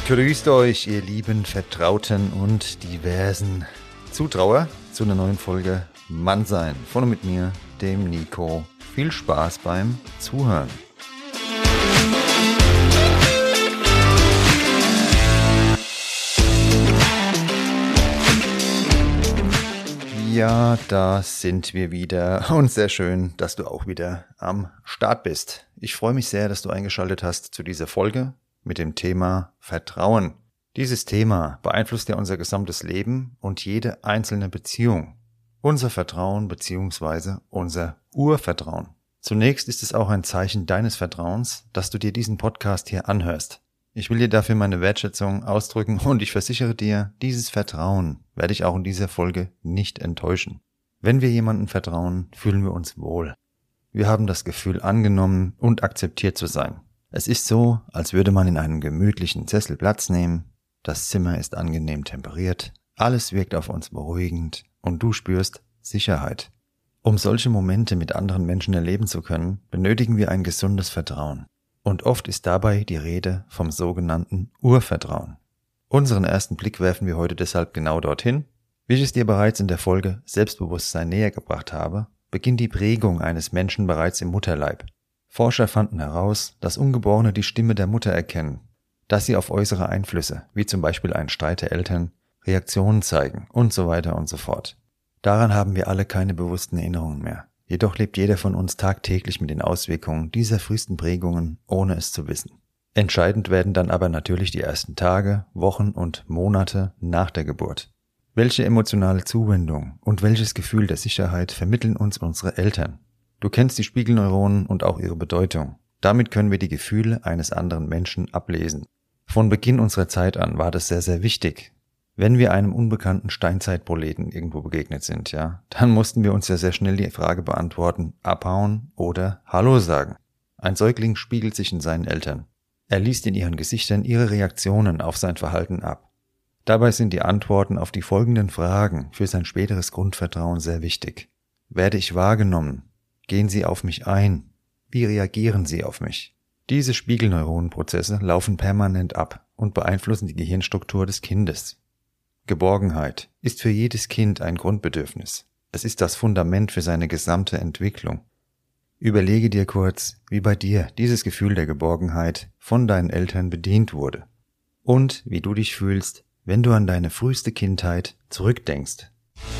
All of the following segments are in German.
Grüßt euch, ihr lieben, vertrauten und diversen Zutrauer zu einer neuen Folge Mannsein. Von und mit mir, dem Nico. Viel Spaß beim Zuhören. Ja, da sind wir wieder und sehr schön, dass du auch wieder am Start bist. Ich freue mich sehr, dass du eingeschaltet hast zu dieser Folge mit dem Thema Vertrauen. Dieses Thema beeinflusst ja unser gesamtes Leben und jede einzelne Beziehung. Unser Vertrauen bzw. unser Urvertrauen. Zunächst ist es auch ein Zeichen deines Vertrauens, dass du dir diesen Podcast hier anhörst. Ich will dir dafür meine Wertschätzung ausdrücken und ich versichere dir, dieses Vertrauen werde ich auch in dieser Folge nicht enttäuschen. Wenn wir jemandem vertrauen, fühlen wir uns wohl. Wir haben das Gefühl, angenommen und akzeptiert zu sein. Es ist so, als würde man in einem gemütlichen Sessel Platz nehmen, das Zimmer ist angenehm temperiert, alles wirkt auf uns beruhigend und du spürst Sicherheit. Um solche Momente mit anderen Menschen erleben zu können, benötigen wir ein gesundes Vertrauen. Und oft ist dabei die Rede vom sogenannten Urvertrauen. Unseren ersten Blick werfen wir heute deshalb genau dorthin. Wie ich es dir bereits in der Folge Selbstbewusstsein näher gebracht habe, beginnt die Prägung eines Menschen bereits im Mutterleib. Forscher fanden heraus, dass Ungeborene die Stimme der Mutter erkennen, dass sie auf äußere Einflüsse, wie zum Beispiel einen Streit der Eltern, Reaktionen zeigen und so weiter und so fort. Daran haben wir alle keine bewussten Erinnerungen mehr. Jedoch lebt jeder von uns tagtäglich mit den Auswirkungen dieser frühesten Prägungen, ohne es zu wissen. Entscheidend werden dann aber natürlich die ersten Tage, Wochen und Monate nach der Geburt. Welche emotionale Zuwendung und welches Gefühl der Sicherheit vermitteln uns unsere Eltern? Du kennst die Spiegelneuronen und auch ihre Bedeutung. Damit können wir die Gefühle eines anderen Menschen ablesen. Von Beginn unserer Zeit an war das sehr, sehr wichtig. Wenn wir einem unbekannten Steinzeitproleten irgendwo begegnet sind, dann mussten wir uns ja sehr schnell die Frage beantworten, abhauen oder Hallo sagen. Ein Säugling spiegelt sich in seinen Eltern. Er liest in ihren Gesichtern ihre Reaktionen auf sein Verhalten ab. Dabei sind die Antworten auf die folgenden Fragen für sein späteres Grundvertrauen sehr wichtig. Werde ich wahrgenommen? Gehen Sie auf mich ein? Wie reagieren Sie auf mich? Diese Spiegelneuronenprozesse laufen permanent ab und beeinflussen die Gehirnstruktur des Kindes. Geborgenheit ist für jedes Kind ein Grundbedürfnis. Es ist das Fundament für seine gesamte Entwicklung. Überlege dir kurz, wie bei dir dieses Gefühl der Geborgenheit von deinen Eltern bedient wurde. Und wie du dich fühlst, wenn du an deine früheste Kindheit zurückdenkst.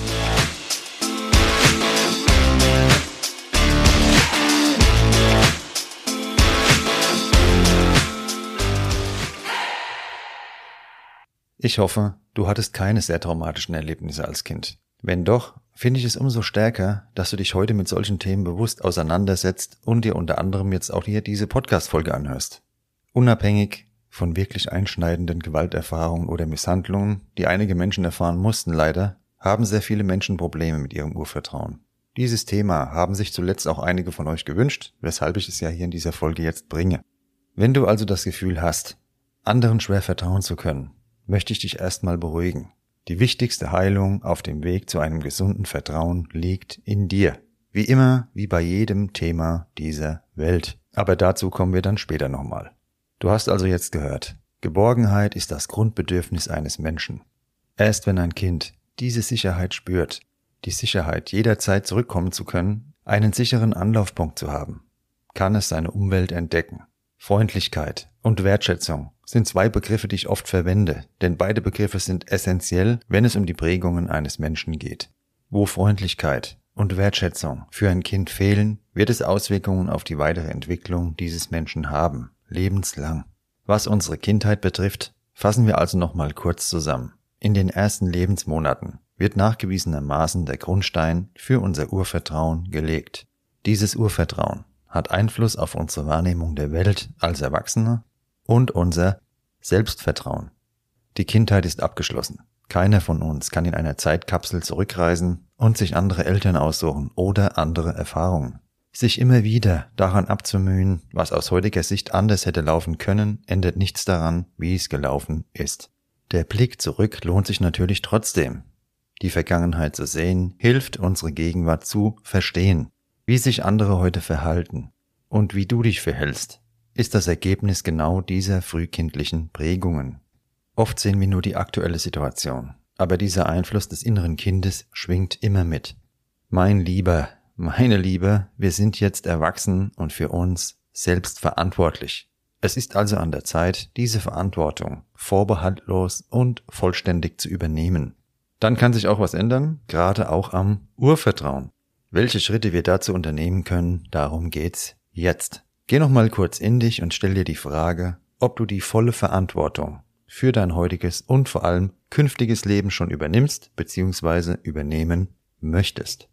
Ich hoffe, du hattest keine sehr traumatischen Erlebnisse als Kind. Wenn doch, finde ich es umso stärker, dass du dich heute mit solchen Themen bewusst auseinandersetzt und dir unter anderem jetzt auch hier diese Podcast-Folge anhörst. Unabhängig von wirklich einschneidenden Gewalterfahrungen oder Misshandlungen, die einige Menschen erfahren mussten leider, haben sehr viele Menschen Probleme mit ihrem Urvertrauen. Dieses Thema haben sich zuletzt auch einige von euch gewünscht, weshalb ich es ja hier in dieser Folge jetzt bringe. Wenn du also das Gefühl hast, anderen schwer vertrauen zu können, möchte ich dich erstmal beruhigen. Die wichtigste Heilung auf dem Weg zu einem gesunden Vertrauen liegt in dir. Wie immer, wie bei jedem Thema dieser Welt. Aber dazu kommen wir dann später nochmal. Du hast also jetzt gehört, Geborgenheit ist das Grundbedürfnis eines Menschen. Erst wenn ein Kind diese Sicherheit spürt, die Sicherheit jederzeit zurückkommen zu können, einen sicheren Anlaufpunkt zu haben, kann es seine Umwelt entdecken. Freundlichkeit und Wertschätzung sind zwei Begriffe, die ich oft verwende, denn beide Begriffe sind essentiell, wenn es um die Prägungen eines Menschen geht. Wo Freundlichkeit und Wertschätzung für ein Kind fehlen, wird es Auswirkungen auf die weitere Entwicklung dieses Menschen haben, lebenslang. Was unsere Kindheit betrifft, fassen wir also nochmal kurz zusammen. In den ersten Lebensmonaten wird nachgewiesenermaßen der Grundstein für unser Urvertrauen gelegt. Dieses Urvertrauen hat Einfluss auf unsere Wahrnehmung der Welt als Erwachsene und unser Selbstvertrauen. Die Kindheit ist abgeschlossen. Keiner von uns kann in einer Zeitkapsel zurückreisen und sich andere Eltern aussuchen oder andere Erfahrungen. Sich immer wieder daran abzumühen, was aus heutiger Sicht anders hätte laufen können, ändert nichts daran, wie es gelaufen ist. Der Blick zurück lohnt sich natürlich trotzdem. Die Vergangenheit zu sehen, hilft unsere Gegenwart zu verstehen. Wie sich andere heute verhalten und wie du dich verhältst, ist das Ergebnis genau dieser frühkindlichen Prägungen. Oft sehen wir nur die aktuelle Situation, aber dieser Einfluss des inneren Kindes schwingt immer mit. Mein Lieber, meine Liebe, wir sind jetzt erwachsen und für uns selbst verantwortlich. Es ist also an der Zeit, diese Verantwortung vorbehaltlos und vollständig zu übernehmen. Dann kann sich auch was ändern, gerade auch am Urvertrauen. Welche Schritte wir dazu unternehmen können, darum geht's jetzt. Geh nochmal kurz in dich und stell dir die Frage, ob du die volle Verantwortung für dein heutiges und vor allem künftiges Leben schon übernimmst bzw. übernehmen möchtest.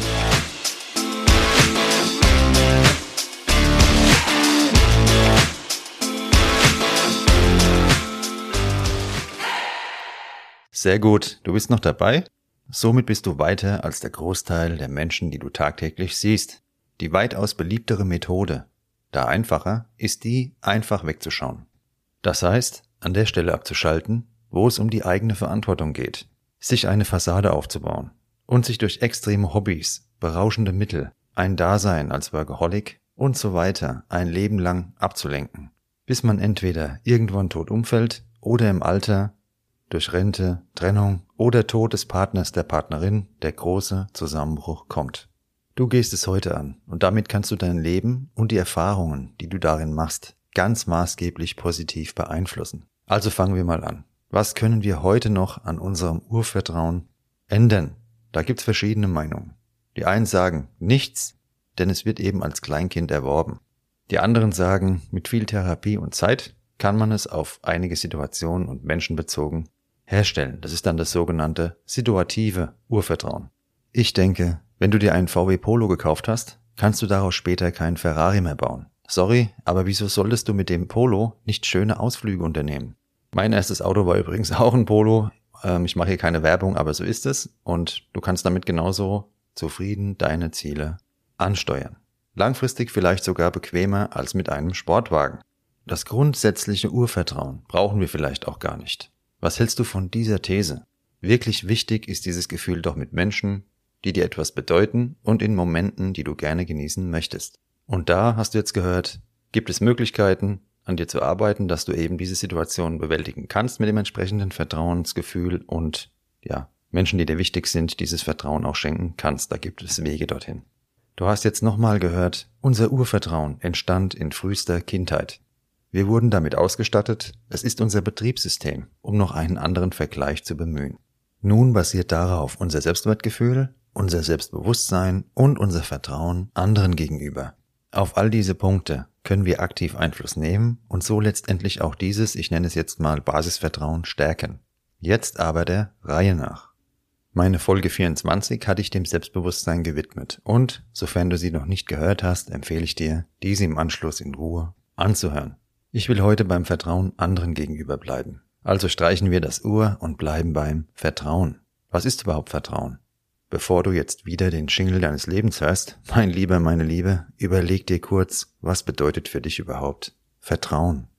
Sehr gut, du bist noch dabei? Somit bist du weiter als der Großteil der Menschen, die du tagtäglich siehst. Die weitaus beliebtere Methode, da einfacher, ist die, einfach wegzuschauen. Das heißt, an der Stelle abzuschalten, wo es um die eigene Verantwortung geht, sich eine Fassade aufzubauen und sich durch extreme Hobbys, berauschende Mittel, ein Dasein als Workaholic und so weiter ein Leben lang abzulenken, bis man entweder irgendwann tot umfällt oder im Alter durch Rente, Trennung oder Tod des Partners, der Partnerin, der große Zusammenbruch kommt. Du gehst es heute an und damit kannst du dein Leben und die Erfahrungen, die du darin machst, ganz maßgeblich positiv beeinflussen. Also fangen wir mal an. Was können wir heute noch an unserem Urvertrauen ändern? Da gibt's verschiedene Meinungen. Die einen sagen nichts, denn es wird eben als Kleinkind erworben. Die anderen sagen, mit viel Therapie und Zeit kann man es auf einige Situationen und Menschen bezogen herstellen. Das ist dann das sogenannte situative Urvertrauen. Ich denke, wenn du dir einen VW Polo gekauft hast, kannst du daraus später keinen Ferrari mehr bauen. Sorry, aber wieso solltest du mit dem Polo nicht schöne Ausflüge unternehmen? Mein erstes Auto war übrigens auch ein Polo. Ich mache hier keine Werbung, aber so ist es. Und du kannst damit genauso zufrieden deine Ziele ansteuern. Langfristig vielleicht sogar bequemer als mit einem Sportwagen. Das grundsätzliche Urvertrauen brauchen wir vielleicht auch gar nicht. Was hältst du von dieser These? Wirklich wichtig ist dieses Gefühl doch mit Menschen, die dir etwas bedeuten und in Momenten, die du gerne genießen möchtest. Und da, hast du jetzt gehört, gibt es Möglichkeiten, an dir zu arbeiten, dass du eben diese Situation bewältigen kannst mit dem entsprechenden Vertrauensgefühl und Menschen, die dir wichtig sind, dieses Vertrauen auch schenken kannst. Da gibt es Wege dorthin. Du hast jetzt nochmal gehört, unser Urvertrauen entstand in frühester Kindheit. Wir wurden damit ausgestattet, es ist unser Betriebssystem, um noch einen anderen Vergleich zu bemühen. Nun basiert darauf unser Selbstwertgefühl, unser Selbstbewusstsein und unser Vertrauen anderen gegenüber. Auf all diese Punkte können wir aktiv Einfluss nehmen und so letztendlich auch dieses, ich nenne es jetzt mal Basisvertrauen, stärken. Jetzt aber der Reihe nach. Meine Folge 24 hatte ich dem Selbstbewusstsein gewidmet und, sofern du sie noch nicht gehört hast, empfehle ich dir, diese im Anschluss in Ruhe anzuhören. Ich will heute beim Vertrauen anderen gegenüber bleiben. Also streichen wir das Ur und bleiben beim Vertrauen. Was ist überhaupt Vertrauen? Bevor du jetzt wieder den Jingle deines Lebens hörst, mein Lieber, meine Liebe, überleg dir kurz, was bedeutet für dich überhaupt Vertrauen?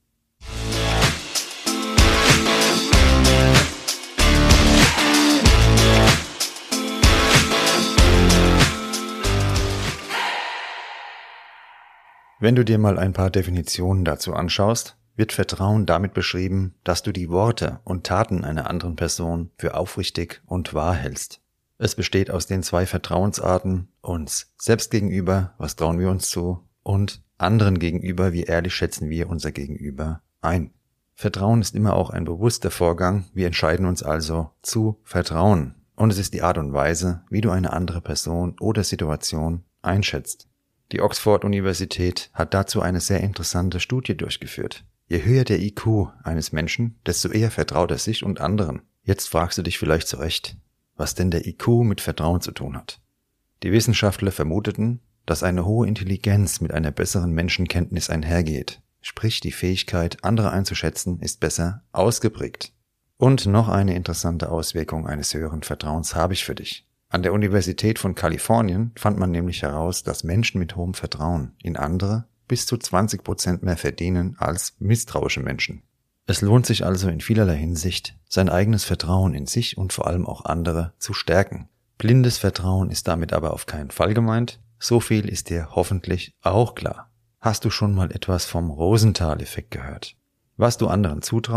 Wenn du dir mal ein paar Definitionen dazu anschaust, wird Vertrauen damit beschrieben, dass du die Worte und Taten einer anderen Person für aufrichtig und wahr hältst. Es besteht aus den zwei Vertrauensarten, uns selbst gegenüber, was trauen wir uns zu, und anderen gegenüber, wie ehrlich schätzen wir unser Gegenüber ein. Vertrauen ist immer auch ein bewusster Vorgang, wir entscheiden uns also zu vertrauen. Und es ist die Art und Weise, wie du eine andere Person oder Situation einschätzt. Die Oxford-Universität hat dazu eine sehr interessante Studie durchgeführt. Je höher der IQ eines Menschen, desto eher vertraut er sich und anderen. Jetzt fragst du dich vielleicht zu Recht, was denn der IQ mit Vertrauen zu tun hat. Die Wissenschaftler vermuteten, dass eine hohe Intelligenz mit einer besseren Menschenkenntnis einhergeht. Sprich, die Fähigkeit, andere einzuschätzen, ist besser ausgeprägt. Und noch eine interessante Auswirkung eines höheren Vertrauens habe ich für dich. An der Universität von Kalifornien fand man nämlich heraus, dass Menschen mit hohem Vertrauen in andere bis zu 20% mehr verdienen als misstrauische Menschen. Es lohnt sich also in vielerlei Hinsicht, sein eigenes Vertrauen in sich und vor allem auch andere zu stärken. Blindes Vertrauen ist damit aber auf keinen Fall gemeint. So viel ist dir hoffentlich auch klar. Hast du schon mal etwas vom Rosenthal-Effekt gehört? Was du anderen zutraust,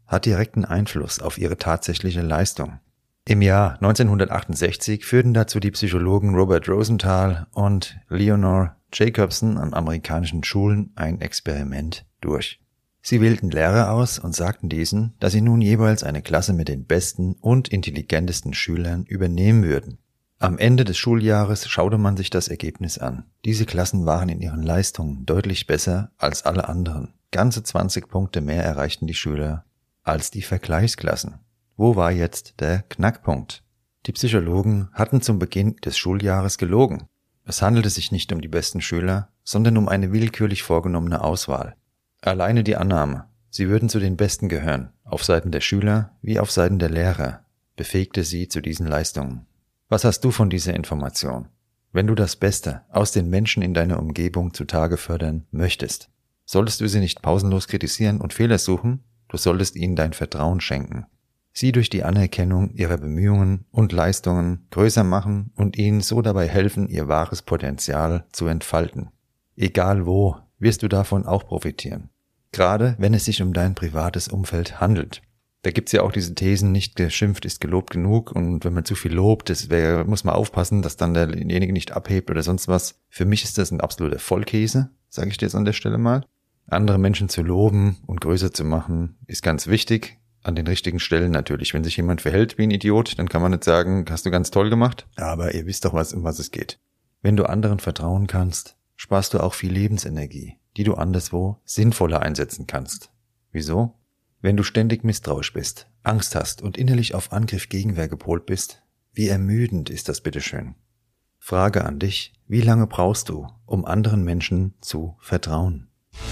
hat direkten Einfluss auf ihre tatsächliche Leistung. Im Jahr 1968 führten dazu die Psychologen Robert Rosenthal und Leonore Jacobson an amerikanischen Schulen ein Experiment durch. Sie wählten Lehrer aus und sagten diesen, dass sie nun jeweils eine Klasse mit den besten und intelligentesten Schülern übernehmen würden. Am Ende des Schuljahres schaute man sich das Ergebnis an. Diese Klassen waren in ihren Leistungen deutlich besser als alle anderen. Ganze 20 Punkte mehr erreichten die Schüler als die Vergleichsklassen. Wo war jetzt der Knackpunkt? Die Psychologen hatten zum Beginn des Schuljahres gelogen. Es handelte sich nicht um die besten Schüler, sondern um eine willkürlich vorgenommene Auswahl. Alleine die Annahme, sie würden zu den Besten gehören, auf Seiten der Schüler wie auf Seiten der Lehrer, befähigte sie zu diesen Leistungen. Was hast du von dieser Information? Wenn du das Beste aus den Menschen in deiner Umgebung zutage fördern möchtest, solltest du sie nicht pausenlos kritisieren und Fehler suchen, du solltest ihnen dein Vertrauen schenken. Sie durch die Anerkennung ihrer Bemühungen und Leistungen größer machen und ihnen so dabei helfen, ihr wahres Potenzial zu entfalten. Egal wo, wirst du davon auch profitieren. Gerade wenn es sich um dein privates Umfeld handelt. Da gibt's ja auch diese Thesen, nicht geschimpft ist gelobt genug, und wenn man zu viel lobt, muss man aufpassen, dass dann derjenige nicht abhebt oder sonst was. Für mich ist das ein absoluter Vollkäse, sage ich dir jetzt an der Stelle mal. Andere Menschen zu loben und größer zu machen, ist ganz wichtig. An den richtigen Stellen natürlich. Wenn sich jemand verhält wie ein Idiot, dann kann man nicht sagen, hast du ganz toll gemacht. Aber ihr wisst doch, um was es geht. Wenn du anderen vertrauen kannst, sparst du auch viel Lebensenergie, die du anderswo sinnvoller einsetzen kannst. Wieso? Wenn du ständig misstrauisch bist, Angst hast und innerlich auf Angriff Gegenwehr gepolt bist, wie ermüdend ist das bitteschön? Frage an dich, wie lange brauchst du, um anderen Menschen zu vertrauen?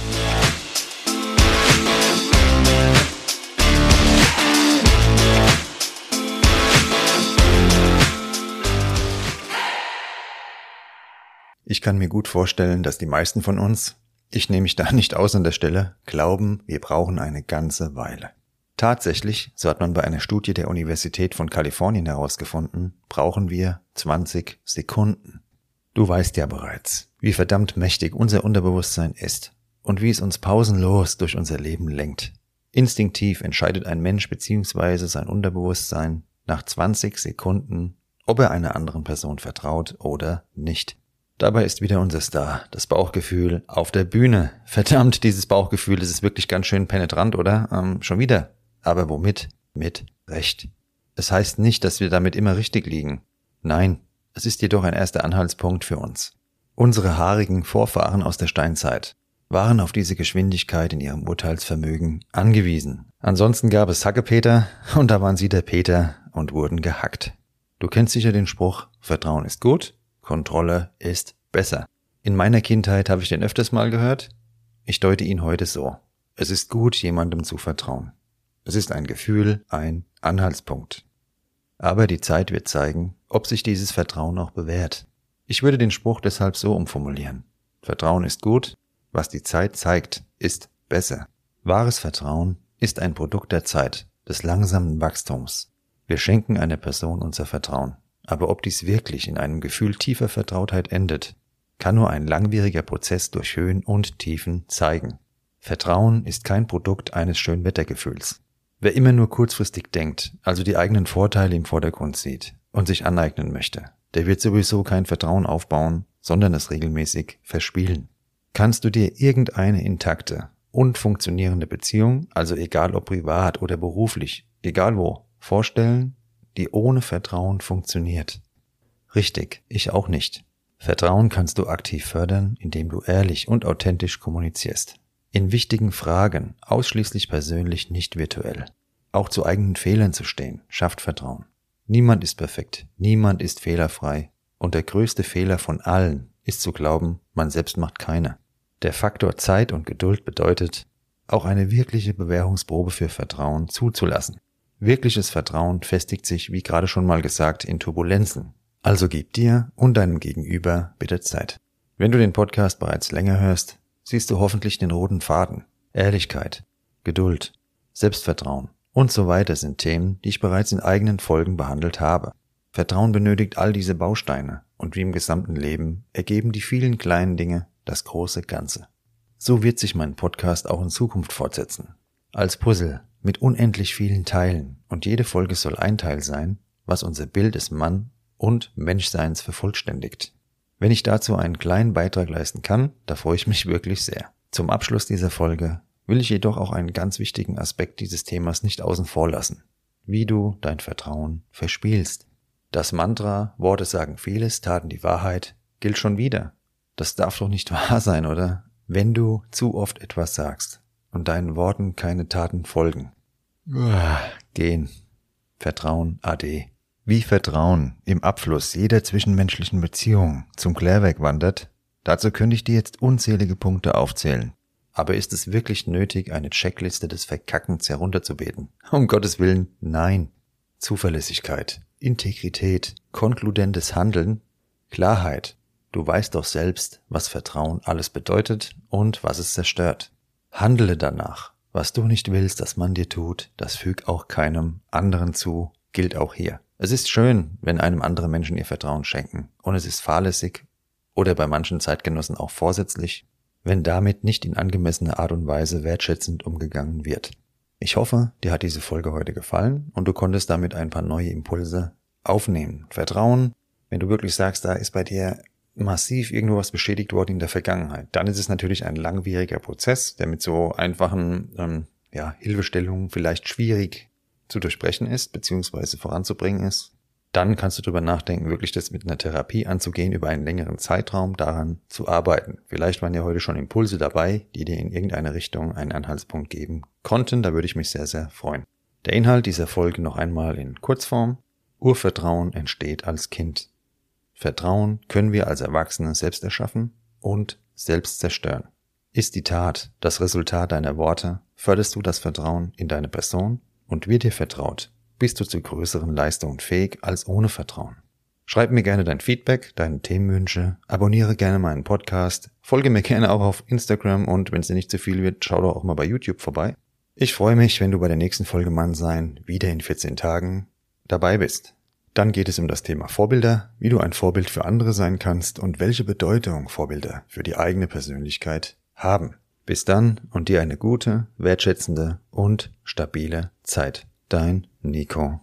Ich kann mir gut vorstellen, dass die meisten von uns, ich nehme mich da nicht aus an der Stelle, glauben, wir brauchen eine ganze Weile. Tatsächlich, so hat man bei einer Studie der Universität von Kalifornien herausgefunden, brauchen wir 20 Sekunden. Du weißt ja bereits, wie verdammt mächtig unser Unterbewusstsein ist und wie es uns pausenlos durch unser Leben lenkt. Instinktiv entscheidet ein Mensch bzw. sein Unterbewusstsein nach 20 Sekunden, ob er einer anderen Person vertraut oder nicht. Dabei ist wieder unser Star, das Bauchgefühl auf der Bühne. Verdammt, dieses Bauchgefühl, das ist wirklich ganz schön penetrant, oder? Schon wieder. Aber womit? Mit Recht. Es heißt nicht, dass wir damit immer richtig liegen. Nein, es ist jedoch ein erster Anhaltspunkt für uns. Unsere haarigen Vorfahren aus der Steinzeit waren auf diese Geschwindigkeit in ihrem Urteilsvermögen angewiesen. Ansonsten gab es Hackepeter und da waren sie der Peter und wurden gehackt. Du kennst sicher den Spruch, Vertrauen ist gut, Kontrolle ist besser. In meiner Kindheit habe ich den öfters mal gehört. Ich deute ihn heute so. Es ist gut, jemandem zu vertrauen. Es ist ein Gefühl, ein Anhaltspunkt. Aber die Zeit wird zeigen, ob sich dieses Vertrauen auch bewährt. Ich würde den Spruch deshalb so umformulieren. Vertrauen ist gut, was die Zeit zeigt, ist besser. Wahres Vertrauen ist ein Produkt der Zeit, des langsamen Wachstums. Wir schenken einer Person unser Vertrauen. Aber ob dies wirklich in einem Gefühl tiefer Vertrautheit endet, kann nur ein langwieriger Prozess durch Höhen und Tiefen zeigen. Vertrauen ist kein Produkt eines Schönwettergefühls. Wer immer nur kurzfristig denkt, also die eigenen Vorteile im Vordergrund sieht und sich aneignen möchte, der wird sowieso kein Vertrauen aufbauen, sondern es regelmäßig verspielen. Kannst du dir irgendeine intakte und funktionierende Beziehung, also egal ob privat oder beruflich, egal wo, vorstellen, die ohne Vertrauen funktioniert? Richtig, ich auch nicht. Vertrauen kannst du aktiv fördern, indem du ehrlich und authentisch kommunizierst. In wichtigen Fragen ausschließlich persönlich, nicht virtuell. Auch zu eigenen Fehlern zu stehen, schafft Vertrauen. Niemand ist perfekt, niemand ist fehlerfrei und der größte Fehler von allen ist zu glauben, man selbst macht keine. Der Faktor Zeit und Geduld bedeutet, auch eine wirkliche Bewährungsprobe für Vertrauen zuzulassen. Wirkliches Vertrauen festigt sich, wie gerade schon mal gesagt, in Turbulenzen. Also gib dir und deinem Gegenüber bitte Zeit. Wenn du den Podcast bereits länger hörst, siehst du hoffentlich den roten Faden. Ehrlichkeit, Geduld, Selbstvertrauen und so weiter sind Themen, die ich bereits in eigenen Folgen behandelt habe. Vertrauen benötigt all diese Bausteine und wie im gesamten Leben ergeben die vielen kleinen Dinge das große Ganze. So wird sich mein Podcast auch in Zukunft fortsetzen. Als Puzzle mit unendlich vielen Teilen und jede Folge soll ein Teil sein, was unser Bild des Mann- und Menschseins vervollständigt. Wenn ich dazu einen kleinen Beitrag leisten kann, da freue ich mich wirklich sehr. Zum Abschluss dieser Folge will ich jedoch auch einen ganz wichtigen Aspekt dieses Themas nicht außen vor lassen: wie du dein Vertrauen verspielst. Das Mantra „Worte sagen vieles, Taten die Wahrheit" gilt schon wieder. Das darf doch nicht wahr sein, oder? Wenn du zu oft etwas sagst und deinen Worten keine Taten folgen. Gehen. Vertrauen ade. Wie Vertrauen im Abfluss jeder zwischenmenschlichen Beziehung zum Klärwerk wandert, dazu könnte ich dir jetzt unzählige Punkte aufzählen. Aber ist es wirklich nötig, eine Checkliste des Verkackens herunterzubeten? Um Gottes Willen, nein. Zuverlässigkeit, Integrität, konkludentes Handeln, Klarheit. Du weißt doch selbst, was Vertrauen alles bedeutet und was es zerstört. Handle danach. Was du nicht willst, dass man dir tut, das füg auch keinem anderen zu, gilt auch hier. Es ist schön, wenn einem andere Menschen ihr Vertrauen schenken, und es ist fahrlässig oder bei manchen Zeitgenossen auch vorsätzlich, wenn damit nicht in angemessener Art und Weise wertschätzend umgegangen wird. Ich hoffe, dir hat diese Folge heute gefallen und du konntest damit ein paar neue Impulse aufnehmen. Vertrauen, wenn du wirklich sagst, da ist bei dir massiv irgendwo was beschädigt worden in der Vergangenheit, dann ist es natürlich ein langwieriger Prozess, der mit so einfachen Hilfestellungen vielleicht schwierig zu durchbrechen ist, beziehungsweise voranzubringen ist. Dann kannst du darüber nachdenken, wirklich das mit einer Therapie anzugehen, über einen längeren Zeitraum daran zu arbeiten. Vielleicht waren ja heute schon Impulse dabei, die dir in irgendeine Richtung einen Anhaltspunkt geben konnten. Da würde ich mich sehr, sehr freuen. Der Inhalt dieser Folge noch einmal in Kurzform. Urvertrauen entsteht als Kind. Vertrauen können wir als Erwachsene selbst erschaffen und selbst zerstören. Ist die Tat das Resultat deiner Worte, förderst du das Vertrauen in deine Person und wird dir vertraut, bist du zu größeren Leistungen fähig als ohne Vertrauen. Schreib mir gerne dein Feedback, deine Themenwünsche, abonniere gerne meinen Podcast, folge mir gerne auch auf Instagram und wenn es dir nicht zu viel wird, schau doch auch mal bei YouTube vorbei. Ich freue mich, wenn du bei der nächsten Folge Mannsein wieder in 14 Tagen dabei bist. Dann geht es um das Thema Vorbilder, wie du ein Vorbild für andere sein kannst und welche Bedeutung Vorbilder für die eigene Persönlichkeit haben. Bis dann und dir eine gute, wertschätzende und stabile Zeit. Dein Nico.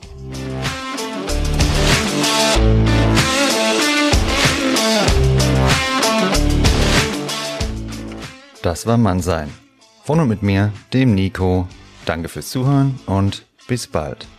Das war Mannsein. Von und mit mir, dem Nico. Danke fürs Zuhören und bis bald.